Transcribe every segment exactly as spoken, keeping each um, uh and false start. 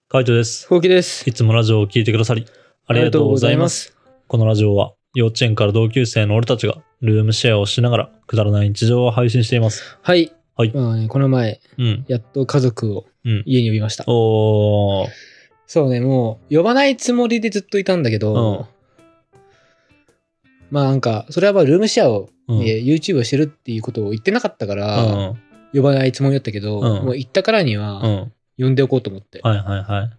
カイトです。 ほうきです。 いつもラジオを聞いてくださりありがとうございます。このラジオは幼稚園から同級生の俺たちがルームシェアをしながらくだらない日常を配信しています。 はい。 はい。 まあね、この前、うん、やっと家族を家に呼びました。うん、おー。そうね、もう呼ばないつもりでずっといたんだけど、うん、まあなんか、それはまあルームシェアを、うん、YouTube をしてるっていうことを言ってなかったから、うん、呼ばないつもりだったけど、うん、もう言ったからには、うん呼んでおこうと思って。はいはいはい。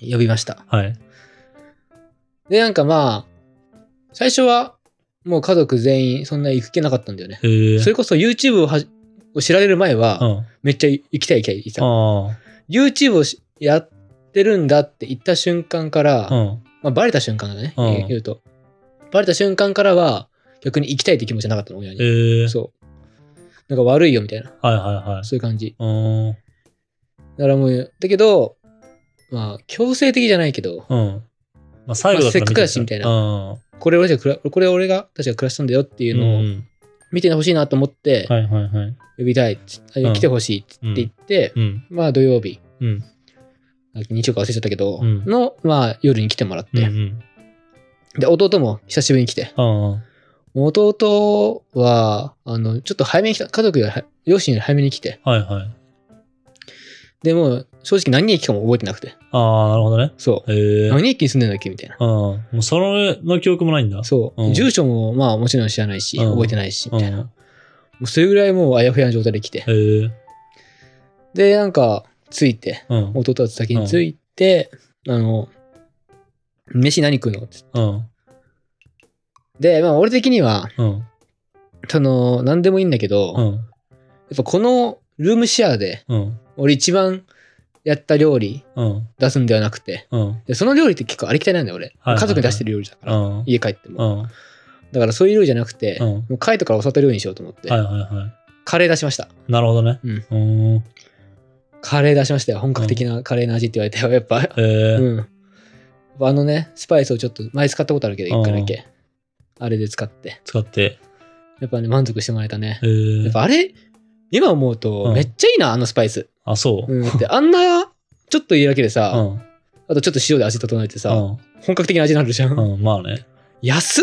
呼びました。はい。で、なんかまあ、最初はもう家族全員そんな行く気なかったんだよね。へそれこそ YouTube をはを知られる前は、うん、めっちゃ行きたい行きたい言ってた。YouTube をやってるんだって言った瞬間から、うん、まあバレた瞬間だね、うん、言うと。バレた瞬間からは逆に行きたいって気持ちはなかったの、親に。へそう。なんか悪いよみたいな。はいはいはい。そういう感じ。うんだからもう、だけど、まあ、強制的じゃないけど、うん。まあ、最後だったら、まあ、せっかくだし、みたいな。うん、これ俺じゃ、これ俺が、確か暮らしたんだよっていうのを、見てほしいなと思って、うん、はいはいはい。呼びたい、うん、来てほしいって言って、うん、まあ土曜日、うん、日曜か忘れちゃったけど、うん、の、まあ夜に来てもらって、うんうん、で、弟も久しぶりに来て、うん、弟は、あの、ちょっと早めに来た、家族が、両親より早めに来て、はいはい。でも正直何駅かも覚えてなくて。ああ、なるほどね。そう。へ何駅に住んでんだっけみたいな。うん。もうそれの記憶もないんだ。そう。うん、住所もまあもちろん知らないし、うん、覚えてないし、みたいな。うん、もうそれぐらいもうあやふやな状態で来て。へで、なんか、着いて、うん、弟は先に着いて、うん、あの、飯何食うのって言って。うん、で、まあ俺的には、うん、その、何でもいいんだけど、うん、やっぱこのルームシェアで、うん俺一番やった料理出すんではなくて、うん、でその料理って結構ありきたりなんだよ俺、はいはいはい、家族に出してる料理だから、うん、家帰っても、うん、だからそういう料理じゃなくて、うん、もうカイトから教わった料理にしようと思って、はいはいはい、カレー出しました。なるほどね、うん、カレー出しましたよ。本格的なカレーの味って言われてやっぱ、うん、あのねスパイスをちょっと前使ったことあるけど一回だけ、うん、あれで使って使ってやっぱね満足してもらえたね。やっぱあれ今思うとめっちゃいいな、うん、あのスパイス。あ、そう。うん、であんなちょっといいだけでさ、うん、あとちょっと塩で味整えてさ、うん、本格的な味になるじゃん。うん、まあね。安っ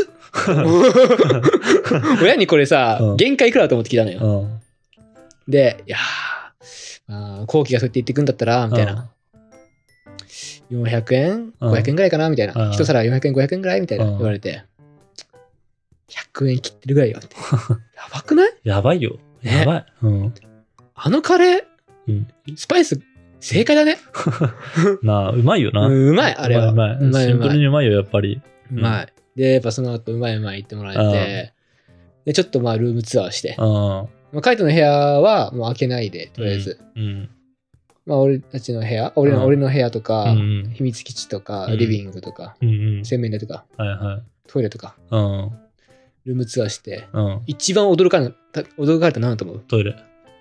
親にこれさ、うん、原価いくらだと思って聞いたのよ。うん、で、いやー、後期がそうやって言ってくんだったら、みたいな。うん、よんひゃくえん ?ごひゃく 円ぐらいかなみたいな。うん、一皿よんひゃくえんごひゃくえんぐらいみたいな言われて、ひゃくえん切ってるぐらいよって。やばくない？やばいよ。やばい。うん、あのカレー、うん、スパイス正解だね。なあ、うまいよな。うん、うまい、あれは。うまい、うまい。シンプルにうまいよ、やっぱり。うまい。で、やっぱその後、うまいうまい言ってもらえて、で、ちょっとまあ、ルームツアーして、まあ、カイトの部屋はもう開けないで、とりあえず。うん、まあ、俺たちの部屋、俺の、俺の部屋とか、うん、秘密基地とか、リビングとか、うん、洗面台とか、はいはい、トイレとか、うん、ルームツアーして、うん、一番驚かれた、驚かれたの何だと思う？トイレ。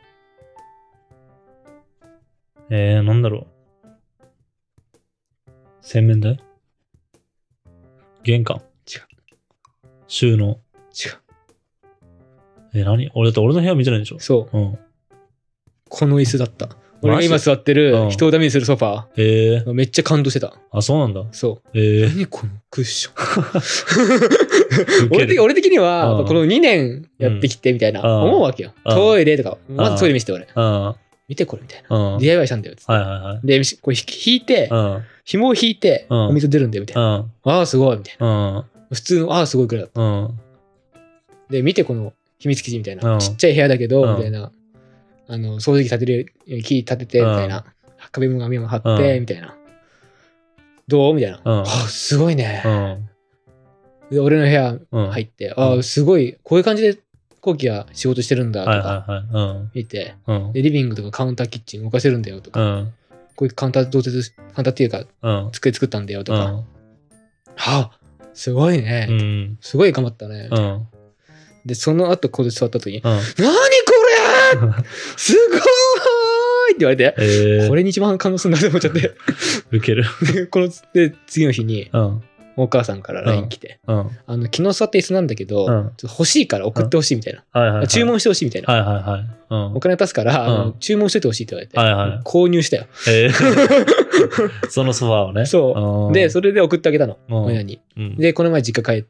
えー、なんだろう。洗面台？玄関？違う。収納？違う。えー、何？俺だって俺の部屋見てないでしょ？そう。うん。この椅子だった。俺が今座ってる人をダメにするソファー。えー、めっちゃ感動してた。あ、そうなんだ。そう。えー、何このクッション。俺的俺的には、このにねんやってきてみたいな、思うわけよ。トイレとか、まずトイレ見せて俺。見てこれみたいな。ディーアイワイ したんだよ。はいはいはい。で、これ引いて、紐を引いて、お水出るんだよみたいな。ああ、すごいみたいな。普通の、ああ、すごいくらいだった。で、見てこの秘密基地みたいな。ちっちゃい部屋だけど、みたいな。あの、掃除機立てる、木立てて、みたいな。壁も紙も貼って、みたいな。どうみたいな。ああ、すごいね。で、俺の部屋入って、ああ、すごい、こういう感じで、後期は仕事してるんだとか見て、でリビングとかカウンターキッチン動かせるんだよとか、うん、こういうカウンター同設カウンターっていうか、うん、机作ったんだよとか、うん、はあすごいね、うん、すごい頑張ったね、うん、でその後ここで座った時に、うん、何これすごーいって言われて、えー、これに一番感動するんだと思っちゃってウケるこので次の日に、うんお母さんから ライン 来て、うん、あの昨日座った椅子なんだけど、うん、ちょっと欲しいから送ってほしいみたいな、うんはいはいはい、注文してほしいみたいな、はいはいはいうん、お金渡すから、うん、注文しといてほしいって言われて、はいはい、購入したよ、えー、 そのソファーをね。 そう。で、それで送ってあげたの。 うん親に。 うんで、この前実家帰って、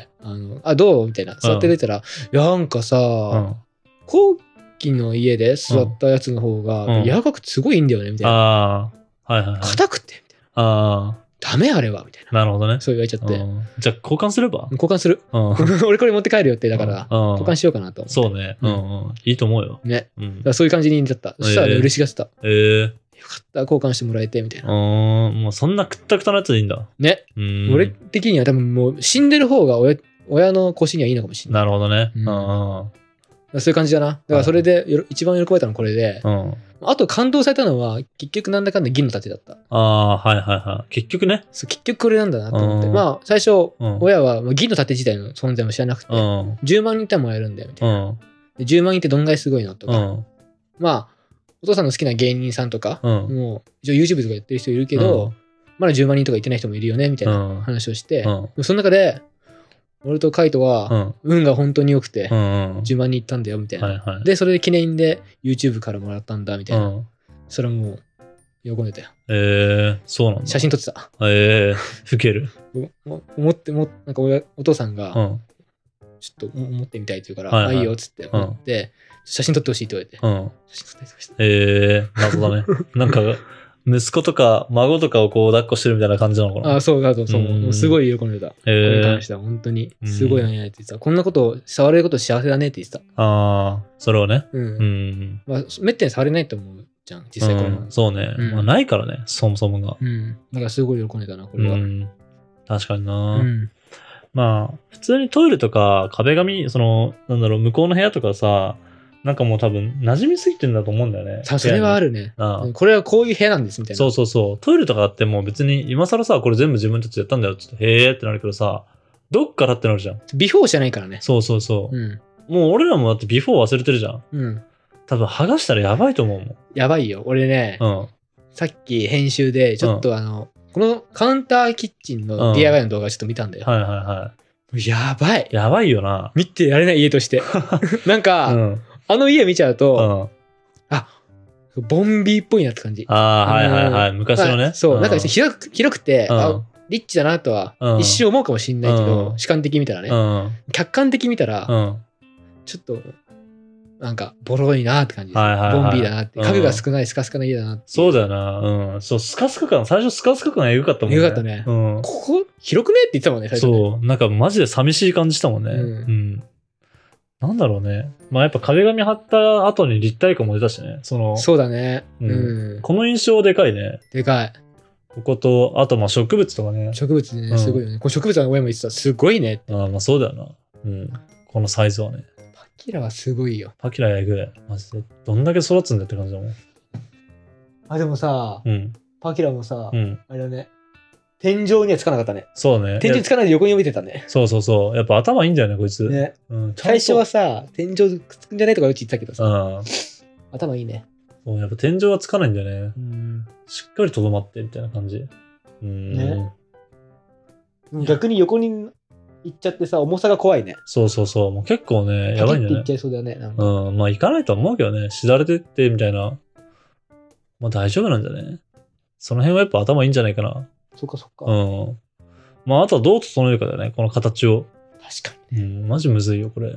あの、あ、どうみたいな。座って出たら、いや、なんかさ、 うん後期の家で座ったやつの方が、 うん柔らかくてすごいいいんだよね、みたいな。 ああ、はいはいはい。 硬くて、みたいな。 ああ、 ダメあれは、みたいな。 なるほどね。 そう言われちゃって。 うんじゃあ交換すれば交換する。 うん。 俺これ持って帰るよって、だから、 うん交換しようかなと思って。 そうね。うんうん。いいと思うよ。 ね。 うんだか。らそういう感じになった。そしたらね、 えー嬉しがってた。 ええ。 よかった、交換してもらえて、みたいな。 うん。もうそんなくったくたなやつでいいんだ。 ね。 うん。 俺的には多分もう死んでる方が親親の腰にはいいのかもしれない。 なるほどね。 ううんんうん。 そういう感じだな。だからそれでよろ一番喜ばれたのはこれで、 うん。 あと感動されたのは結局なんだかんだ銀の盾だった。 ああ、はいはいはい。結局ね。 そう結局これなんだなと思って。 うんまあ最初、 うん親はまあ銀の盾自体の存在も知らなくて、 うん。 じゅうまん人いったらもらえるんだよみたういな。 ん。 でじゅうまん人ってどんぐらいすごいのとか。 うん。 まあ、お父さんの好きな芸人さんとか、 うん。 もう一応 YouTube とかやってる人いるけど、まだじゅうまん人とか行ってない人もいるよねみたいうんな話をして、 うん。 その中で、俺とカイトは、 うん。 運が本当に良くてう、ん。 じゅうまん人行ったんだよみたいな。 はいはい。 で、それで記念で YouTube からもらったんだみたいな。 うん。 それはもう、喜んでたよ。 ええ、そうなんだ。 写真撮ってた。 ええ、老ける。 お思っても、なんか俺お父さんが、 うん。 ちょっと思ってみたいって言うから、 はいはいあ、いいよっつって思って、写真撮ってほしいって言われて、 うん。 写真撮ってほしい。 ええ、謎だね。なんか、息子とか孫とかをこう抱っこしてるみたいな感じなのかな。 あ、そうだと、そう。 うんもうすごい喜んでた。こえれにえ関しては本当に、すごいなやって言ってた。こんなことを触れること幸せだねって言ってた。 ああ、それはね。 うん。 うん。 まあ、めったに触れないと思うじゃん、実際これもうん、。そうね。 うんまあ、ないからね、そもそもが。 うん。だからすごい喜んでたな、こうれは。 ん。確かにな、 うん。 まあ、普通にトイレとか壁紙、その、なんだろう、向こうの部屋とかさ、なんかもう多分馴染みすぎてんだと思うんだよね。 さそれはある。 るね。 ああうんこれはこういう部屋なんですみたいな。 そうそうそう。トイレとかあっても別に今更さ、これ全部自分たちでやったんだよって言って、へーってなるけどさ、どっからってなるじゃん。 ビフォーじゃないからね。 そうそうそう。 うん。 もう俺らもだってビフォー忘れてるじゃん。 うん。 多分剥がしたらやばいと思うやばいよ。俺ね、 もん。 さっき編集で、ちょっとあの、このカウンターキッチンの ディーアイワイ の動画ちょっと見たんだよ。 うん。はいはいはやばい。 い。やばいよな。 見てられない家として。なんか、 うん。 あの家見ちゃううと、 ん。 あ、ボンビーっぽいなって感じ。 ああ、はいはいはい。 あの昔のね。 まあそう、なんかう広く広くて、 うんあリッチだなとはうん一瞬思うかもしんないけど、 うん主観的に見たらね、 うん。 客観的に見たら、 うん。 ちょっと、なんか、ボロいなって感じです。 はいはいはいボンビーだなって。 うん家具が少ない、スカスカな家だなっていう。 そうだよな。うん。そう、スカスカ感、最初スカスカ感エグかったもんね。 エグかったねうん。 ここ、広くねって言ってたもんね、最初ね。 そう。なんかマジで寂しい感じしたもんね。 うんうん。なんだろうね。まあやっぱ壁紙貼った後に立体感も出たしね。その、 そうだね。 ううんん。 この印象でかいね。 でかい。 ここと、あとまあ植物とかね。 植物ね、 うんすごいよね。これ植物は親も言ってた。すごいねって。 ああまあそうだよな。うん。このサイズはね。 パキラはすごいよ。 パキラエグい。マジで。どんだけ育つんだって感じだもん。 あ、でもさ、 うん。 パキラもさ、 うん。 あれだね。天井にはつかなかったね。 そうね。 天井につかないで横に伸びてたね。 そうそうそう。やっぱ頭いいんだよね、こいつ。 ね。 うん、ちゃんと最初はさ、天井くっつくんじゃないとかうち言ってたけどさ、 うん。 頭いいね。 そうやっぱ天井はつかないんだよね。 うん。 しっかりとどまってみたいな感じ。うん。 ね逆に横に行っちゃってさ、重さが怖いね。 そうそうそう。もう結構ね、やばいんだよねパキっていっち。ゃいそうだよね。なんかうん。まあ行かないとは思うけどね。しだれてってみたいな。まあ大丈夫なんじゃね。その辺はやっぱ頭いいんじゃないかな。 そっかそっか。 うん。まああとはどう整えるかだよね。この形を。 確かに。 うん。マジむずいよ、これ。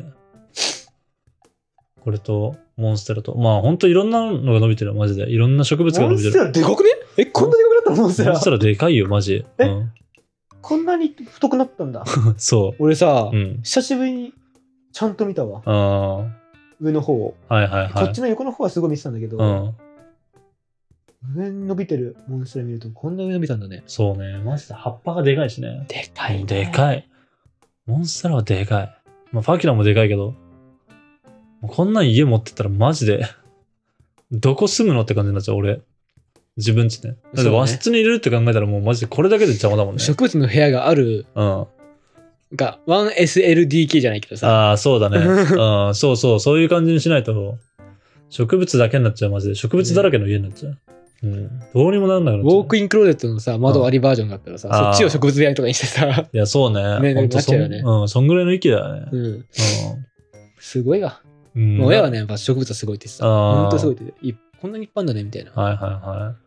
これと、モンステラと。まあほんといろんなのが伸びてるよ、マジで。いろんな植物が伸びてる。 モンステラでかくねえ、こんなでかくなったのモンステラモンス。テラでかいよ、マジ。 えうん。 こんなに太くなったんだ。 そ俺さ、 う。うん。 久しぶりにちゃんと見たわ。 あ上の方を。 あ。はいはいはい。 こっちの横の方はすごい見てたんだけど、 うん。 上に伸びてるモンステラ見るとこんな上伸びたんだね。 そうね。マジで葉っぱがでかいしね。 でかいね。 でかい。モンステラはでかい。まあ、ファキラもでかいけど、もうこんなん家持ってったらマジで、どこ住むのって感じになっちゃう、俺。自分ちね。だって和室に入れるって考えたらもうマジでこれだけで邪魔だもんね。 植物の部屋がある、 うん。 が ワンエスエルディーケー じゃないけどさ。 ああ、そうだね。うん、そうそう、そういう感じにしないと、植物だけになっちゃう、マジで。植物だらけの家になっちゃう。うん。どうにもなんなくなっちゃう。 ウォークインクローゼットのさ、窓ありバージョンがあったらさ、 あーそっちを植物部屋とかにしてさ、 いや、そうね。 ねほんとなっちゃうよねそんうん、そんぐらいの域だよね。 うん。すごいわ。 うん。うん親はね、やっぱ植物はすごいって言ってた。 あーほんとすごいって言っていこんなにいっぱいあんだね、みたいな。 はいはいはい。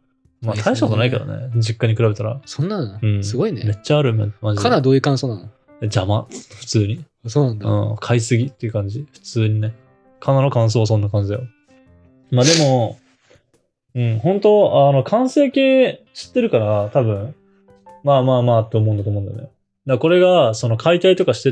まあ大したことないけどね、実家に比べたら。 そんなの、 うん、 すごいね。 めっちゃある、マジで。 カナどういう感想なの？ 邪魔、普通に。 そうなんだ。 うん、買いすぎっていう感じ。普通にね。カナの感想はそんな感じだよ。まあでも、うん、本当あの、完成形知ってるから、多分、まあまあまあって思うんだと思うんだよね。だからこれが、その解体とかしてって、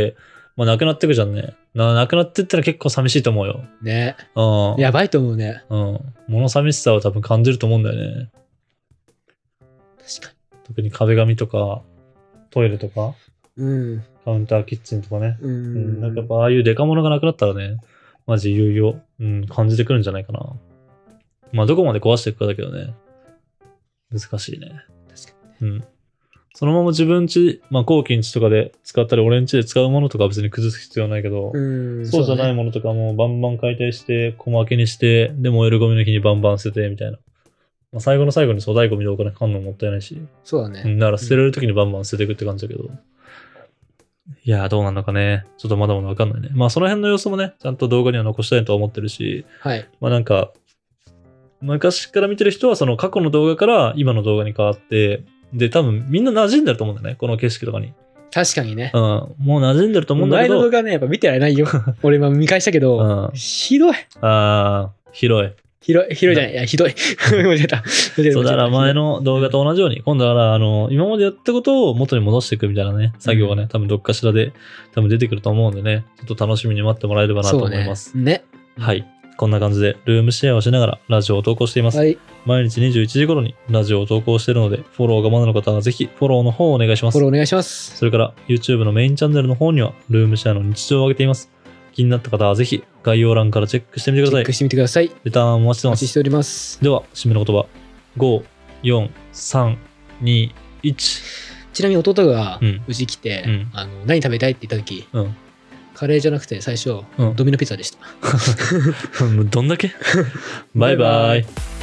まあなくなってくじゃんね。な、なくなってったら結構寂しいと思うよ。 ね。 うん。 やばいと思うね。 うん。物寂しさを多分感じると思うんだよね。 確かに。 特に壁紙とか、トイレとか、 うん。 カウンターキッチンとかね。 うん。うん、 なんかやっぱああいうデカ物がなくなったらね、マジ猶予、うん、感じてくるんじゃないかな。まあどこまで壊していくかだけどね。難しいね。 確かに。 うん。そのまま自分家、まあ後期ん家とかで使ったり、俺ん家で使うものとかは別に崩す必要はないけど、 うん、 そうじゃないものとかもバンバン解体して、小分けにして、で燃えるゴミの日にバンバン捨てて、みたいな。まあ、最後の最後に粗大ゴミでお金かかんのもったいないし。 そうだね。 うん、だから捨てられる時にバンバン捨てていくって感じだけど。うん、いやー、どうなんのかね。ちょっとまだまだわかんないね。まあその辺の様子もね、ちゃんと動画には残したいとは思ってるし、 はい。 まあなんか、昔から見てる人はその過去の動画から今の動画に変わって、で、多分みんな馴染んでると思うんだよね。この景色とかに。 確かにね。 うん。もう馴染んでると思うんだけど。 前の動画ね、やっぱ見てられないよ。俺今見返したけど、うん、ひどい。 ああ、広い。 広い、広いじゃない。いや、ひどい。間違えた。 そう、だから前の動画と同じように、今度はあの、今までやったことを元に戻していくみたいなね、作業がね、うん、多分どっかしらで多分出てくると思うんでね、ちょっと楽しみに待ってもらえればなと思います。 そうね。ね。 はい。こんな感じでルームシェアをしながらラジオを投稿しています。はい、毎日にじゅういちじ頃にラジオを投稿しているので、フォローがまだの方はぜひフォローの方をお願いします。 フォローお願いします。 それから YouTube のメインチャンネルの方にはルームシェアの日常を上げています。気になった方はぜひ概要欄からチェックしてみてください。 チェックしてみてください。 レターンお待ちしてます。 お待ちしております。 では、締めの言葉。ご、よん、さん、に、いち。 ちなみに弟がうち来て、うん、あの何食べたいって言った時、うん、カレーじゃなくて最初、うん、ドミノピザでした。 どんだけバイバイ。